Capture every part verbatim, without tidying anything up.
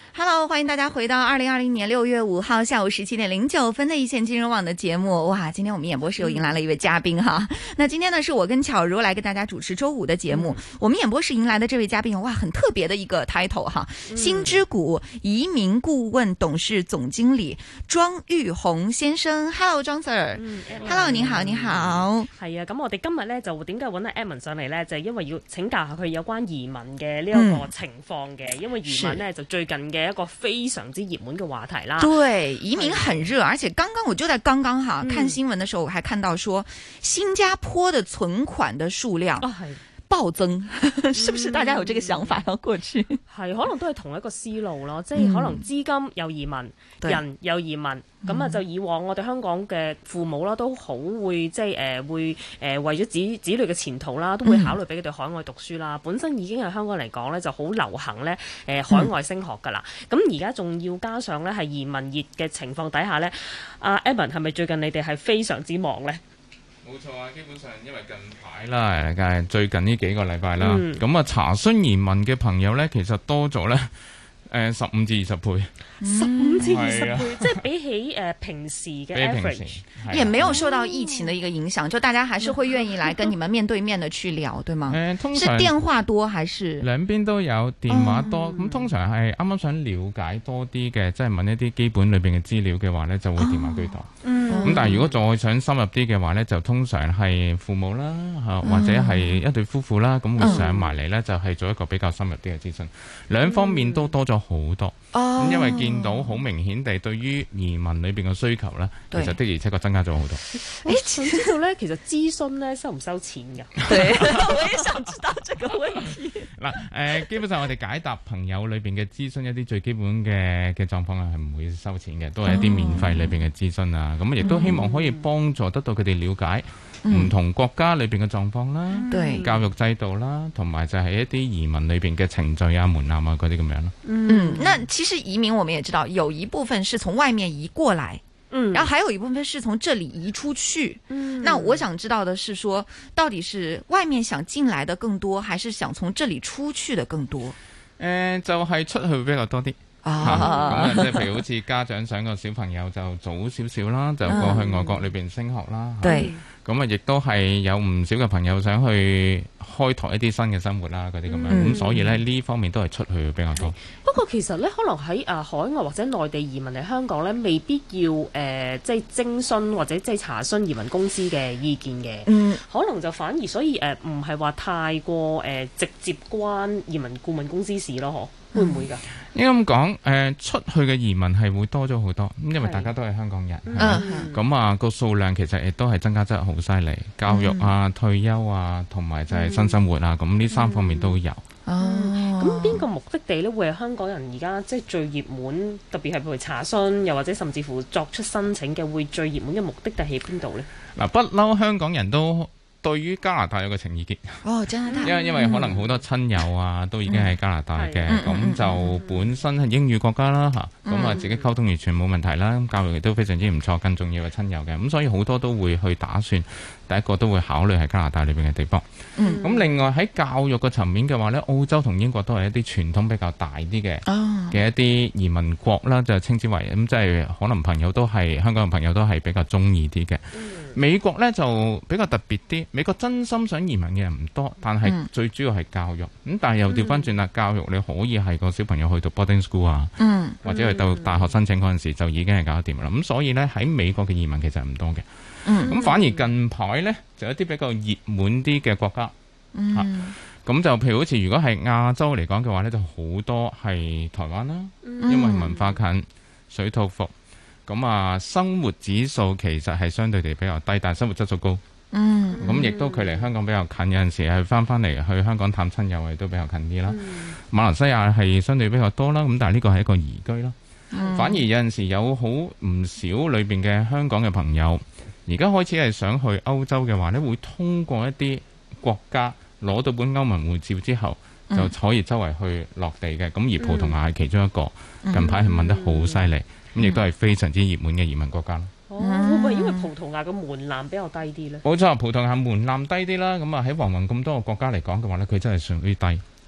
Hello， 欢迎大家回到二零二零年六月五号下午十七点零九分的一线金融网的节目。哇，今天我们演播室又迎来了一位嘉宾哈。嗯、那今天呢，是我跟巧如来跟大家主持周五的节目。嗯、我们演播室迎来的这位嘉宾，哇，很特别的一个 title 哈，嗯、新之谷移民顾问董事总經理莊玉鴻先生。Hello， 莊 Sir。嗯、Hello， 你好，你好。 係啊，咁我哋今日咧就點解揾阿 Edmond 上嚟咧？就係、是、因為要請教下佢有關移民嘅呢一個情況嘅，嗯、因為移民咧就最近嘅一個非常之熱門嘅話題啦。 對，移民很熱，而且剛剛我就在剛剛哈、嗯、看新聞的時候，我還看到說新加坡的存款的數量啊係暴增，是不是大家有這個想法要過去？ 係可能都係同一個思路咯，即係可能資金有移民，嗯、人有移民，咁啊就以往我哋香港嘅父母啦，都好會即係誒會誒、呃、為咗子子女嘅前途啦，都會考慮俾佢哋海外讀書啦。嗯、本身已經係香港嚟講咧就好流行咧誒、呃、海外升學㗎啦。咁而家仲要加上咧係移民熱嘅情況底下咧，阿、啊、Edmond 係咪最近你哋係非常之忙咧？ 冇錯啊，基本上因為近排啦，梗係最近呢幾個禮拜啦，咁啊、嗯、查詢移民嘅朋友咧，其實多咗咧，誒十五至二十倍， 十五至二十倍，嗯、即係比起誒、呃、平時嘅 average， 也沒有受到疫情的一個影響，就大家還是會願意來跟你們面對面的去聊，對嗎？誒，通常是電話多還是兩邊都有電話多，咁、嗯、通常係啱啱想了解多啲嘅，即係問一啲基本裏邊嘅資料嘅話咧，就會電話居多。哦嗯咁、嗯、但係如果再想深入啲嘅話咧，就通常係父母啦，嚇、嗯、或者係一對夫婦啦，咁會上埋嚟咧，就係做一個比較深入啲嘅諮詢，兩方面都多咗好多。哦、嗯，因為見到好明顯地對於移民裏邊嘅需求咧，其實的而且確增加咗好多。 誒，想知道咧，其實諮詢咧收唔收錢㗎？ 對，我也想知道這個問題。 嗱，誒，基本上我哋解答朋友裏邊嘅諮詢一啲最基本嘅嘅狀況係唔會收錢嘅，都係一啲免費裏邊嘅諮詢啊，咁亦、嗯、都希望可以幫助得到佢哋了解唔同國家裏邊嘅狀況啦，嗯、教育制度啦，同埋就係一啲移民裏邊嘅程序啊、門檻啊嗰啲咁樣咯。 嗯，那其實移民我們也知道，有一部分是從外面移過來，嗯，然後還有一部分是從這裡移出去。嗯，那我想知道的是說，到底是外面想進來的更多，還是想從這裡出去的更多？誒、 呃，就係、是、出去比較多啲。啊，咁即係譬如好似家長想個小朋友就早少少啦，就過去外國裏邊升學啦。對，咁啊，亦都係有唔少嘅朋友想去開拓一啲新嘅生活啦，嗰啲咁樣。咁、嗯、所以咧呢方面都係出去比較多。 不過其實咧，可能喺啊海外或者內地移民嚟香港咧，未必要誒、呃、即係徵詢或者即係查詢移民公司嘅意見嘅。嗯，可能就反而所以誒唔係話太過誒、呃、直接關移民顧問公司事咯，嗬？會唔會㗎？ 應該咁講，誒、呃、出去嘅移民係會多咗好多，咁因為大家都係香港人，咁啊個數量其實亦都係增加得好犀利，教育啊、嗯、退休啊，同埋就係新生活啊，咁呢、嗯、三方面都有。 哦，咁邊個目的地咧會係香港人而家即係最熱門，特別係譬如查詢，又或者甚至乎作出申請嘅，會最熱門嘅目的地喺邊度咧？嗱， 不嬲香港人都對於加拿大有個情意結哦，加拿大， 因為因為可能好多親友啊都已經喺加拿大嘅，咁、嗯、就本身係英語國家啦嚇，咁啊、嗯、自己溝通完全冇問題啦，教育亦都非常之唔錯，更重要嘅親友嘅，咁所以好多都會去打算，第一個都會考慮係加拿大裏邊嘅地方。咁、嗯、另外喺教育嘅層面嘅話呢，澳洲同英國都係一啲傳統比較大啲嘅嘅一啲移民國啦，就稱之為咁，即係可能朋友都係香港嘅朋友都係比較中意啲嘅。嗯美國咧就比較特別啲，美國真心想移民嘅人唔多，但係最主要係教育。咁、嗯、但係又調翻轉啦，教育你可以係個小朋友去讀 boarding school 啊，嗯、或者去到大學申請嗰陣時就已經係搞得掂啦。咁所以咧喺美國嘅移民其實唔多嘅。咁、嗯、反而近排咧就有一啲比較熱門啲嘅國家。咁、嗯啊、就譬如好似如果係亞洲嚟講嘅話咧，就好多係台灣啦，嗯、因為文化近，水土服。咁啊，生活指數其實係相對地比較低，但係生活質素高。嗯，咁亦都距離香港比較近，有陣時係翻翻嚟去香港探親友亦都比較近啲啦。嗯、馬來西亞係相對比較多啦，咁但係呢個係一個移居啦。嗯、反而有陣時有好唔少裏邊嘅香港嘅朋友，而家開始係想去歐洲嘅話咧，會通過一啲國家攞到本歐盟護照之後，嗯、就可以周圍去落地嘅。咁而葡萄牙係其中一個，嗯、近排係問得好犀利。咁亦都係非常之熱門嘅移民國家咯。 哦，會唔會因為葡萄牙嘅門檻比較低啲咧？ 冇錯，葡萄牙門檻低啲啦。咁啊喺芸芸咁多個國家嚟講嘅話咧，佢真係屬於低。咁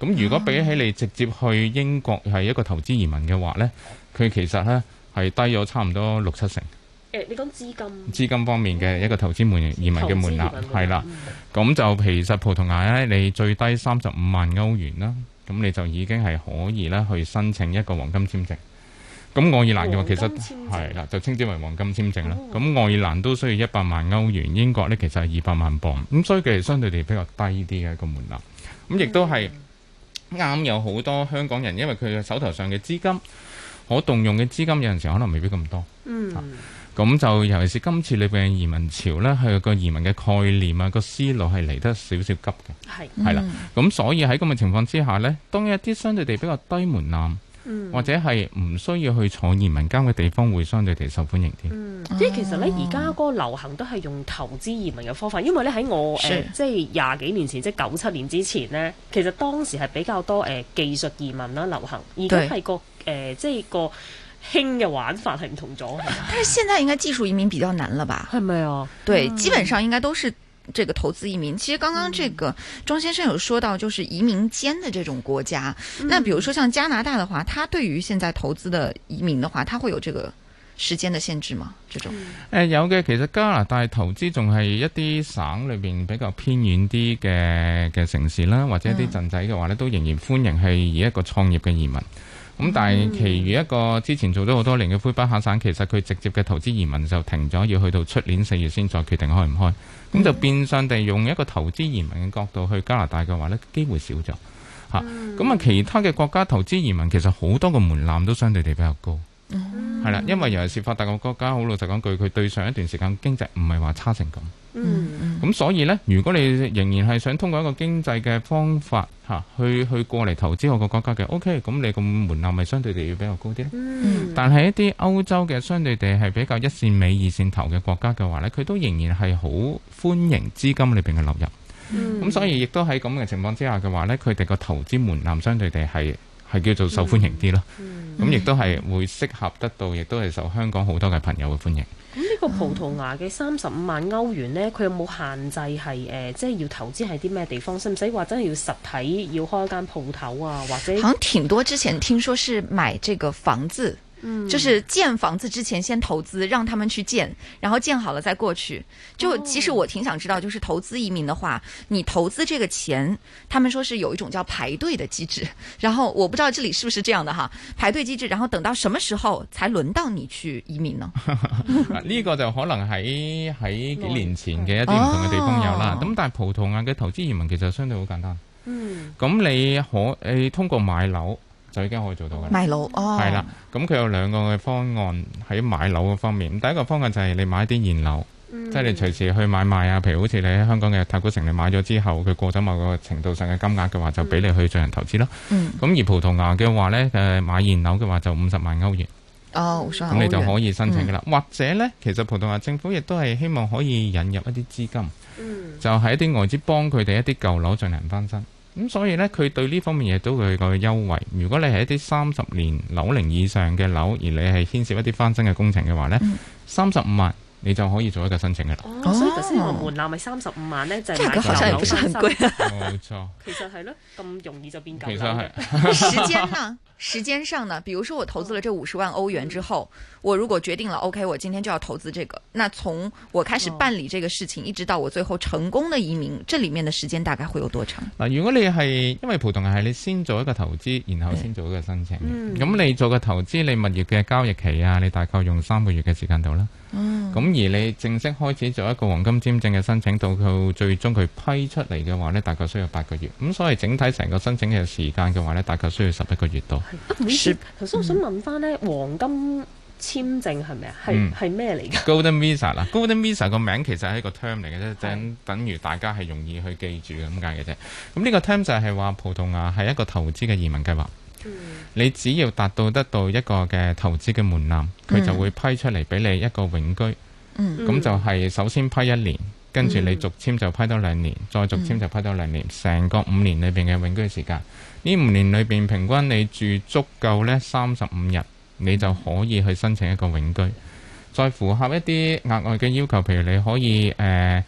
咁如果比起你直接去英國係一個投資移民嘅話呢，佢其實呢係低咗差唔多六七成。 誒，你講資金資金方面嘅一個投資門移民嘅門檻係啦，咁、嗯、就其實葡萄牙咧，你最低三十五萬歐元啦，咁你就已經係可以咧去申請一個黃金簽證。咁愛爾蘭嘅話其實係啦，就稱之為黃金簽證啦。咁、哦、愛爾蘭都需要一百萬歐元，英國咧其實係二百萬磅，咁所以其實相對地比較低啲嘅一個門檻。咁亦都係啱有好多香港人，因為佢嘅手頭上嘅資金可動用嘅資金有陣時可能未必咁多。嗯。啊咁就尤其是今次裏邊嘅移民潮呢，係個移民嘅概念啊，個思路係嚟得少少急嘅，係係啦。咁所以喺咁嘅情況之下呢，當一啲相對地比較低門檻，嗯、或者係唔需要去坐移民監嘅地方，會相對地受歡迎啲。 嗯，即係其實呢，而家嗰個流行都係用投資移民嘅方法，因為呢喺我誒、呃、即係廿幾年前，即係九七年之前呢，其實當時係比較多誒、呃、技術移民啦流行，而家係個誒、呃、即係個。輕嘅玩法係唔同咗， 但是現在應該技術移民比較難了吧？ 係咪啊？ 對、嗯，基本上應該都是這個投資移民。其實剛剛這個莊先生有說到，就是移民間的這種國家、嗯。那比如說像加拿大的話，它對於現在投資的移民的話，它會有這個時間的限制嗎？這種誒、 呃、有嘅，其實加拿大投資仲係一啲省裏邊比較偏遠啲嘅嘅城市啦，或者一啲鎮仔嘅話咧、嗯，都仍然歡迎係以一個創業嘅移民。咁、嗯、但係，其餘一個之前做咗好多年嘅魁北克省，其實佢直接嘅投資移民就停咗，要去到出年四月先再決定開唔開。咁、嗯、就變相地用一個投資移民嘅角度去加拿大嘅話呢，機會少咗嚇。咁、嗯、啊，其他嘅國家投資移民其實好多個門檻都相對地比較高，係、嗯、啦，因為尤其是發達嘅國家，好老實講句，佢對上一段時間經濟唔係話差成咁。嗯，咁所以呢，如果你仍然係想通過一個經濟嘅方法嚇、啊，去去過嚟投資我個國家嘅 OK，咁你個門檻咪相對地要比較高啲咧。嗯，但係一啲歐洲嘅相對地係比較一線尾二線頭嘅國家嘅話呢，佢都仍然係好歡迎資金裏邊嘅流入。嗯，咁所以亦都喺咁嘅情況之下嘅話呢，佢哋個投資門檻相對地係係叫做受歡迎啲咯。嗯，咁亦都係會適合得到，亦都係受香港好多嘅朋友嘅歡迎。 咁呢個葡萄牙嘅三十五萬歐元呢，佢有冇限制係誒、呃，即係要投資喺啲咩地方？使唔使話真係要實體要開一間鋪頭啊？或者好像挺多之前聽說是買這個房子。嗯，就是建房子之前先投資，讓他們去建，然後建好了再過去。就其實我挺想知道，就是投資移民的話，你投資這個錢，他們說是有一種叫排隊的機制。然後我不知道這裡是不是這樣的哈，排隊機制，然後等到什麼時候才輪到你去移民呢？ 呢個就可能喺喺幾年前嘅一啲唔同嘅地方有啦。咁、哦、但係葡萄牙嘅投資移民其實相對好簡單。嗯，咁你可你通過買樓就已經可以做到嘅。 買樓哦，係啦， 咁佢有兩個嘅方案喺買樓嘅方面。第一個方案就係你買啲現樓，嗯、即係你隨時去買賣啊。譬如好似你喺香港嘅太古城，你買咗之後，佢過咗某個程度上嘅金額嘅話，就俾你去進行投資咯。嗯，咁而葡萄牙嘅話呢，誒買現樓嘅話就五十萬歐元。哦，咁你就可以申請嘅啦、嗯。或者呢，其實葡萄牙政府亦都係希望可以引入一啲資金，嗯、就係、是、一啲外資幫佢哋一啲舊樓進行翻新。咁所以呢，佢對呢方面亦都會有個優惠。如果你係一啲三十年樓齡以上嘅樓，而你係牽涉一啲翻新嘅工程嘅話呢，三十五萬你就可以做一個申請嘅啦。 哦，所以頭先個門檻咪三十五萬呢，就係買舊樓翻新。 冇錯。 其實係咯，咁容易就變舊樓。 其實係。 時間呢？時間上呢？比如說我投資了這五十萬歐元之後，我如果決定了 OK，我今天就要投資這個，那從我開始辦理這個事情，一直到我最後成功的移民，這裡面的時間大概會有多長？ 嗱，如果你係因為葡萄牙係你先做一個投資，然後先做一個申請嘅，咁、嗯、你做個投資，你物業嘅交易期啊，你大概用三個月嘅時間度啦。咁、嗯、而你正式開始做一個黃金簽證嘅申請，到佢最終佢批出嚟嘅話呢，大概需要八個月。咁所以整體成個申請嘅時間嘅話呢，大概需要十一個月多。 頭先我想問翻呢、嗯，黃金簽證係咪啊？係係咩嚟㗎 ？Golden Visa 啦，Golden Visa 個名其實係一個 term 嚟嘅啫，等等於大家係容易去記住咁解嘅啫。咁呢個 term 就係話葡萄牙係一個投資嘅移民計劃。嗯、你只要達到得到一個嘅投資嘅門檻，佢、嗯、就會批出嚟俾你一個永居。咁、嗯、就係首先批一年，跟住你續簽就批多兩年，嗯、再續簽就批多兩年，成、嗯、個五年裏邊嘅永居時間。呢五年裏邊平均你住足夠呢三十五日，你就可以去申請一個永居。再符合一啲額外嘅要求，譬如你可以誒誒、呃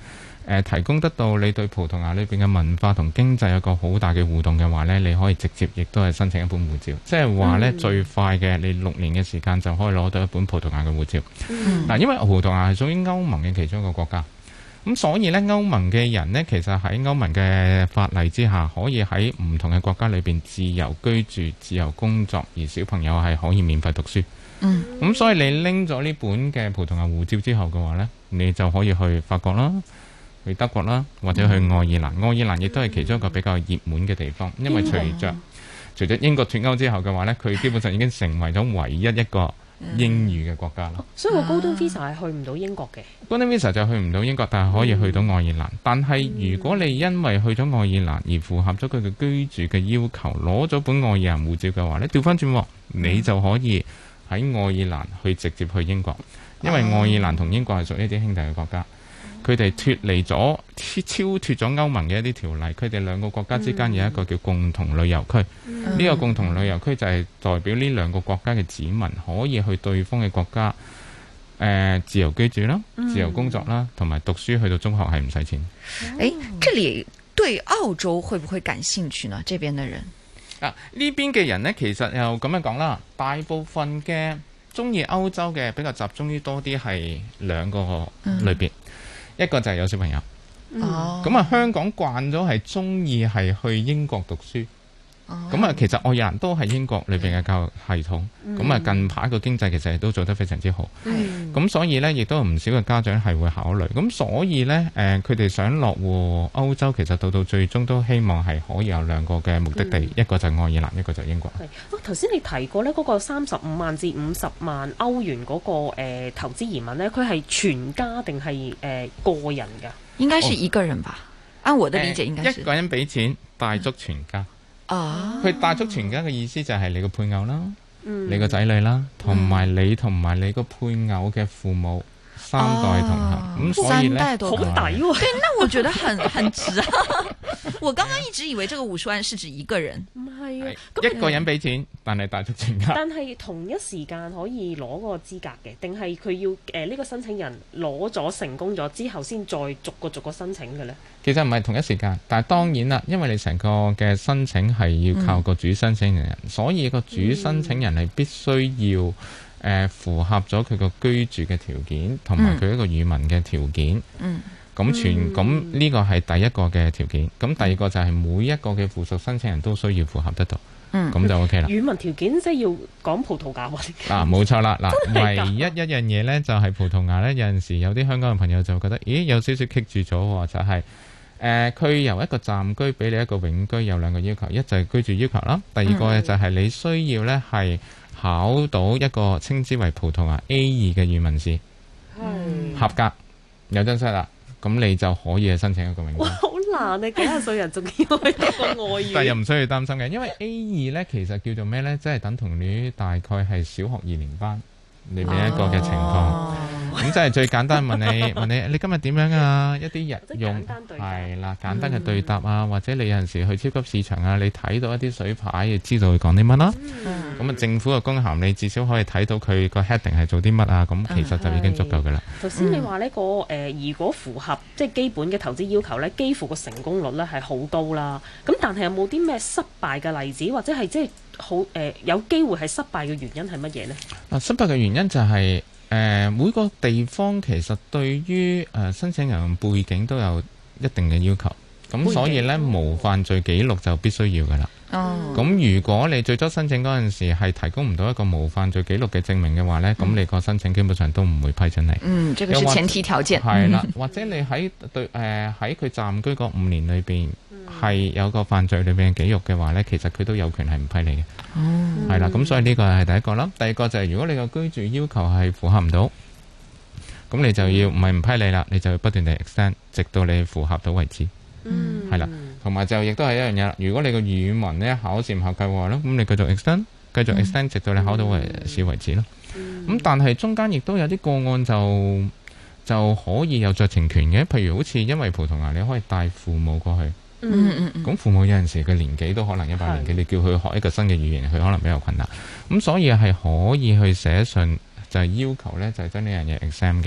呃、提供得到你對葡萄牙裏邊嘅文化同經濟有個好大嘅互動嘅話呢，你可以直接亦都係申請一本護照，即係話呢，嗯、最快嘅你六年嘅時間就可以攞到一本葡萄牙嘅護照。嗱、嗯，因為葡萄牙係屬於歐盟嘅其中一個國家，咁所以呢，歐盟嘅人呢，其實喺歐盟嘅法例之下，可以喺唔同嘅國家裏邊自由居住、自由工作，而小朋友係可以免費讀書。嗯，咁所以你拎咗呢本嘅葡萄牙護照之後嘅話呢，你就可以去法國啦，去德國啦，或者去愛爾蘭。愛爾蘭亦都係其中一個比較熱門嘅地方，因為隨着除咗英國脫歐之後嘅話呢，佢基本上已經成為咗唯一一個英語嘅國家啦、嗯。 所以個 Golden Visa 係去唔到英國嘅。 Golden Visa 就去唔到英國，但係可以去到愛爾蘭。嗯、但係如果你因為去咗愛爾蘭而符合咗佢嘅居住嘅要求，攞咗本愛爾蘭護照嘅話呢，調翻轉你就可以喺愛爾蘭去直接去英國，因為愛爾蘭同英國係屬於一啲兄弟嘅國家。佢哋脫離咗超超脫咗歐盟嘅一啲條例，佢哋兩個國家之間有一個叫共同旅遊區。呢、嗯、個共同旅遊區就係代表呢兩個國家嘅子民可以去對方嘅國家、呃、自由居住啦、自由工作啦，同埋讀書去到中學係唔使錢。 誒，這裡對澳洲會不會感興趣呢？這邊的人啊，呢邊嘅人呢，其實又咁樣講啦，大部分嘅中意歐洲嘅比較集中於多啲係兩個類別。嗯，一個就係有小朋友，咁啊、嗯、香港慣咗係中意係去英國讀書，咁啊、哦、其實愛爾蘭都係英國裏邊嘅教育系統，咁啊、嗯、近排個經濟其實都做得非常之好，咁、嗯、所以呢，亦都有唔少嘅家長係會考慮，咁所以呢，誒佢哋想落戶歐洲，其實到到最終都希望係可以有兩個嘅目的地，嗯、一個就係愛爾蘭，一個就係英國。 係，頭先你提過呢嗰個三十五萬至五十萬歐元嗰、那個誒、呃、投資移民呢，佢係全家定係誒個人㗎？ 應該是一個人吧，哦、按我的理解應該是、呃、一個人俾錢帶足全家。哦，佢帶足全家嘅意思就係你個配偶啦，嗯、你個仔女啦，同埋你同埋你個配偶嘅父母。三代同行，咁、哦、所以呢， 三代都好抵喎。 對，那我覺得很很值啊！我剛剛一直以為這個五十萬是指一個人， 唔係啊， 一個人俾錢，但係帶足全家。 但係同一時間可以攞個資格嘅，定係佢要誒呢、呃這個申請人攞咗成功咗之後，先再逐個逐個申請嘅呢？ 其實唔係同一時間，但係當然啦，因為你成個嘅申請係要靠個主申請人，嗯、所以個主申請人係必須要。誒、呃、符合咗佢個居住嘅條件，同埋佢一個語文嘅條件。嗯，咁全咁呢個係第一個嘅條件。咁第二個就係每一個嘅附屬申請人都需要符合得到。嗯，咁就 OK 啦。 語文條件即係要講葡萄牙文。 嗱，冇錯啦。嗱，唯一一樣嘢呢，就係葡萄牙呢，有陣時有啲香港嘅朋友就覺得，咦，有少少棘住咗喎，就係誒佢由一個暫居俾你一個永居有兩個要求，一就係居住要求啦，第二個就係你需要呢係。考到一個稱之為葡萄牙 A 二嘅語文試，嗯、合格有張室啦，咁你就可以去申請一個永居。 哇，好難啊！幾廿歲人仲要去讀個外語， 但係又唔需要擔心嘅，因為 A 二呢其實叫做咩呢？即係等同於大概係小學二年班裏面一個嘅情況。咁即係最簡單問你問你你今日點樣啊？一啲日用係啦，簡單嘅對答啊，嗯、或者你有陣時去超級市場啊，你睇到一啲水牌，你知道佢講啲乜啦。咁啊、嗯，政府嘅公函你至少可以睇到佢個 heading 係做啲乜啊。咁其實就已經足夠㗎啦。 頭先、嗯、你話呢、呢個誒、呃，如果符合即係基本嘅投資要求咧，幾乎個成功率咧係好高啦。咁但係有冇啲咩失敗嘅例子，或者係即係好誒有機會係失敗嘅原因係乜嘢呢？ 啊，失敗嘅原因就係、是。誒、呃、每個地方其實對於誒、呃、申請人背景都有一定嘅要求，咁所以呢，無犯罪記錄就必須要㗎啦。哦，咁如果你最初申請嗰陣時係提供唔到一個無犯罪記錄嘅證明嘅話呢，咁、嗯、你個申請基本上都唔會批准你。嗯，這個是前提條件。係啦，或者你喺對誒喺佢暫居嗰五年裏邊係有個犯罪裏邊嘅記錄嘅話呢，其實佢都有權係唔批你嘅。哦，係啦，咁所以呢個係第一個啦。第二個就係如果你個居住要求係符合唔到，咁你就要唔係唔批你啦，你就要不斷地 extend， 直到你符合到為止。嗯，係啦。同埋就亦都係一樣嘢啦。如果你個語文咧考試唔合格嘅話咧，咁你繼續 extend， 繼續 extend，、嗯、直到你考到為試為止咯。咁、嗯、但係中間亦都有啲個案就就可以有酌情權嘅，譬如好似因為葡萄牙你可以帶父母過去。嗯嗯嗯。咁父母有陣時嘅年紀都可能一把年紀，是你叫佢學一個新嘅語言，佢可能比較困難。咁所以係可以去寫信，就係、是、要求咧，就係、是、將呢樣嘢 exam 嘅。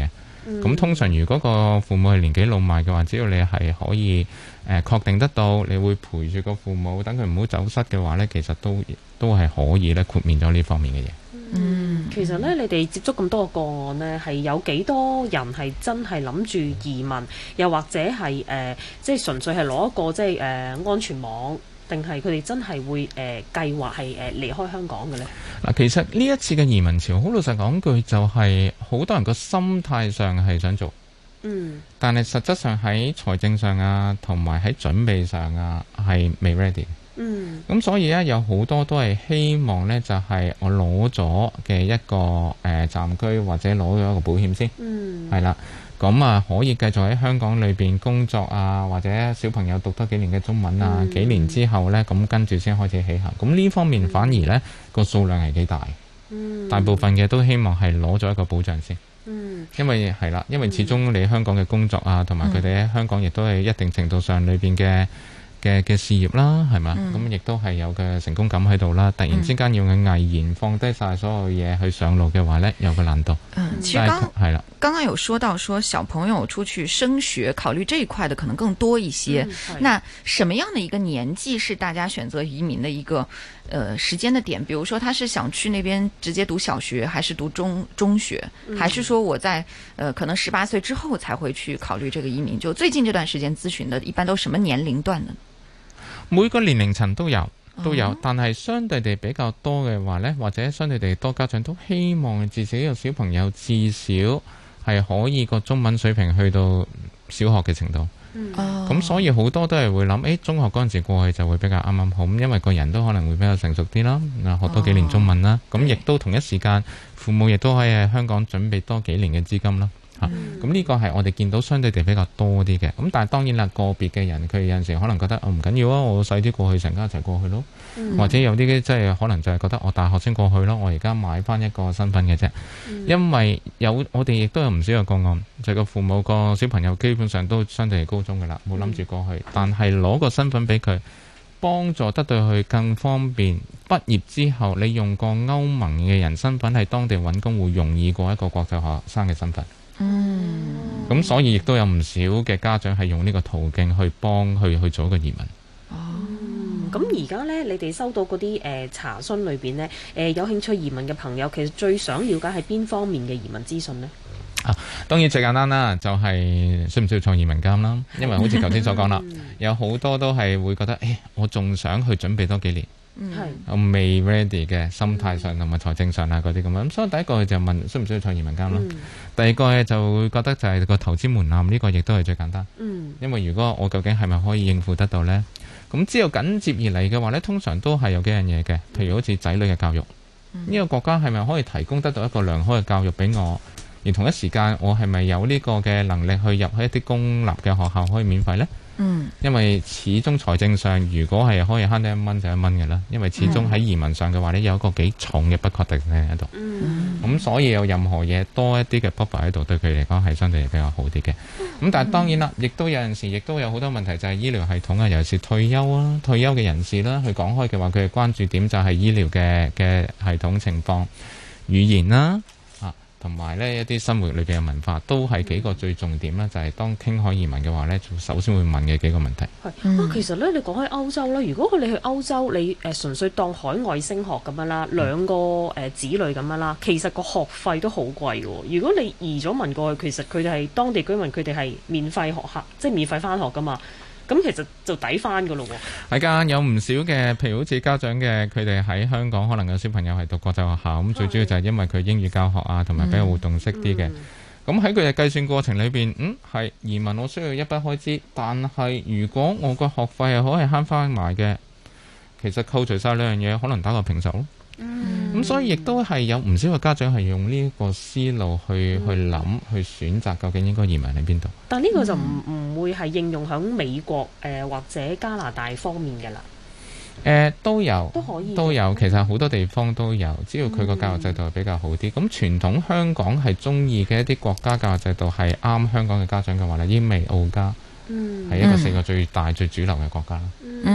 咁、嗯、通常如果個父母係年紀老邁嘅話，只要你係可以誒、呃、確定得到，你會陪住個父母，等佢唔好走失嘅話呢，其實都都係可以咧豁免咗呢方面嘅嘢。 嗯，其實咧，你哋接觸咁多個個案呢，係有幾多人係真係諗住移民，又或者係誒、呃，即係純粹係攞一個即係誒、呃、安全網，定係佢哋真係會誒、呃、計劃係誒離開香港嘅呢？ 嗱，其實呢一次嘅移民潮，好老實講句，就係好多人個心態上係想做，嗯，但係實質上喺財政上啊，同埋喺準備上啊，係未 ready。嗯，咁所以咧有好多都係希望咧，就係、是、我攞咗嘅一個誒、呃、暫居或者攞咗一個保險先，嗯，係啦，咁啊可以繼續喺香港裏邊工作啊，或者小朋友讀多幾年嘅中文啊，嗯、幾年之後咧，咁跟住先開始起行。咁呢方面反而咧個、嗯、數量係幾大，嗯，大部分嘅都希望係攞咗一個保障先，嗯，因為係啦，因為始終你香港嘅工作啊，同埋佢哋喺香港亦都係一定程度上裏邊嘅。嘅嘅事業啦，係嘛？咁亦、嗯、都係有嘅成功感喺度啦。突然之間要佢毅然放低晒所有嘢去上路嘅話呢，有個難度。 嗯，其實剛係啦，剛剛有說到說小朋友出去升學，考慮這一塊的可能更多一些。嗯、那什麼樣的一個年紀是大家選擇移民的一個呃時間的點？比如說，他是想去那邊直接讀小學，還是讀中中學，嗯、還是說我在呃可能十八歲之後才會去考慮這個移民？就最近這段時間諮詢的，一般都什麼年齡段呢？ 每個年齡層都有都有，但係相對地比較多嘅話呢，或者相對地多家長都希望自己個小朋友至少係可以個中文水平去到小學嘅程度。嗯，咁所以好多都係會諗，誒中學嗰陣時過去就會比較啱啱好，因為個人都可能會比較成熟啲啦，學多幾年中文啦，咁亦都同一時間父母亦都可以喺香港準備多幾年嘅資金啦。咁呢、嗯啊、個係我哋見到相對地比較多啲嘅，咁但係當然啦，個別嘅人佢有陣時可能覺得哦唔緊要啊，我細啲過去，成家一齊過去咯，嗯、或者有啲即係可能就係覺得我大學先過去咯，我而家買翻一個身份嘅啫，嗯、因為有我哋亦都有唔少嘅個案，就係、個父母個小朋友基本上都相對係高中㗎啦，冇諗住過去，嗯、但係攞個身份俾佢，幫助得到佢更方便，畢業之後你用個歐盟嘅人身份喺當地揾工會容易過一個國際學生嘅身份。嗯，咁所以亦都有唔少嘅家長係用呢個途徑去幫佢去做一個移民。 哦，咁而家呢，你哋收到嗰啲誒查詢裏邊呢，誒、呃、有興趣移民嘅朋友，其實最想了解係邊方面嘅移民資訊呢？ 啊，當然最簡單啦，就係、是、需唔需要創移民監啦？因為好似頭先所講啦，有好多都係會覺得，誒，我仲想去準備多幾年。係，我未 ready 嘅心態上同埋財政上啊嗰啲咁樣，咁所以第一個就問需唔需要創移民監啦。嗯、第二個就會覺得就係個投資門檻，呢、這個亦都係最簡單。嗯，因為如果我究竟係咪可以應付得到呢？咁之後緊接而嚟嘅話呢，通常都係有幾樣嘢嘅，譬如好似仔女嘅教育，呢、嗯、個國家係咪可以提供得到一個良好嘅教育俾我？而同一時間我係咪有呢個嘅能力去入去一啲公立嘅學校可以免費呢？嗯，因為始終財政上，如果係可以慳得一蚊就一蚊嘅啦。因為始終喺移民上嘅話呢，有一個幾重嘅不確定性喺度。嗯，咁、嗯、所以有任何嘢多一啲嘅 buffer 喺度，對佢嚟講係相對比較好啲嘅。咁、嗯、但係當然啦，亦都有陣時，亦都有好多問題，就係醫療系統啊，尤其是退休啊、退休嘅人士啦，去講開嘅話，佢嘅關注點就係醫療嘅嘅系統情況、語言啦。同埋呢一啲生活裏邊嘅文化都係幾個最重點啦，就係、是、當傾開移民嘅話呢，首先會問嘅幾個問題。係、 嗯啊、其實呢，你講開歐洲啦，如果佢你去歐洲，你誒、呃、純粹當海外升學咁樣啦，兩個誒、呃、子女咁樣啦，其實個學費都好貴嘅。如果你移咗民過去，其實佢哋係當地居民，佢哋係免費學校，即係免費返學㗎嘛。咁其實就抵翻噶咯喎，係㗎，有唔少嘅，譬如好似家長嘅，佢哋喺香港可能有小朋友係讀國際學校，咁最主要就係因為佢英語教學啊，同埋比較活動式啲嘅。咁喺佢嘅計算過程裏邊，嗯，係移民我需要一筆開支，但係如果我個學費係可以慳翻埋嘅，其實扣除晒兩樣嘢，可能打個平手咯。嗯，咁所以亦都係有唔少嘅家長係用呢個思路去、嗯、去諗去選擇究竟應該移民喺邊度。但呢個就唔唔、嗯、會係應用喺美國誒、呃、或者加拿大方面嘅啦。誒、呃、都有都可以都有，其實好多地方都有，只要佢個教育制度係比較好啲。咁、嗯、傳統香港係中意嘅一啲國家教育制度係啱香港嘅家長嘅話咧，英美澳加。嗯，係一個四個最大、嗯、最主流嘅國家啦。嗯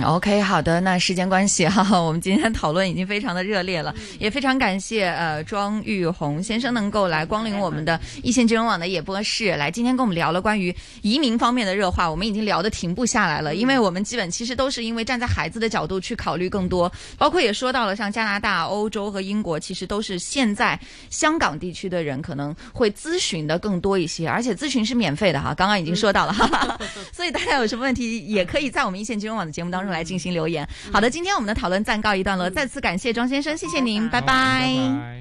，OK， 好的，那时間關係哈，我們今天討論已經非常的熱烈了，也非常感謝呃莊玉鴻先生能夠來光臨我們的一線金融網的演播室，來今天跟我們聊了關於移民方面的熱話，我們已經聊得停不下來了，因為我們基本其實都是因為站在孩子的角度去考慮更多，包括也說到了像加拿大、歐洲和英國，其實都是現在香港地區的人可能會諮詢的更多一些，而且諮詢是免費的哈，剛剛已經說到了，哈哈，所以大家有什麼問題也可以在我們一線金融網的節目當中來進行留言。好的，今天我們的討論暫告一段落，再次感謝莊先生，謝謝您，拜拜。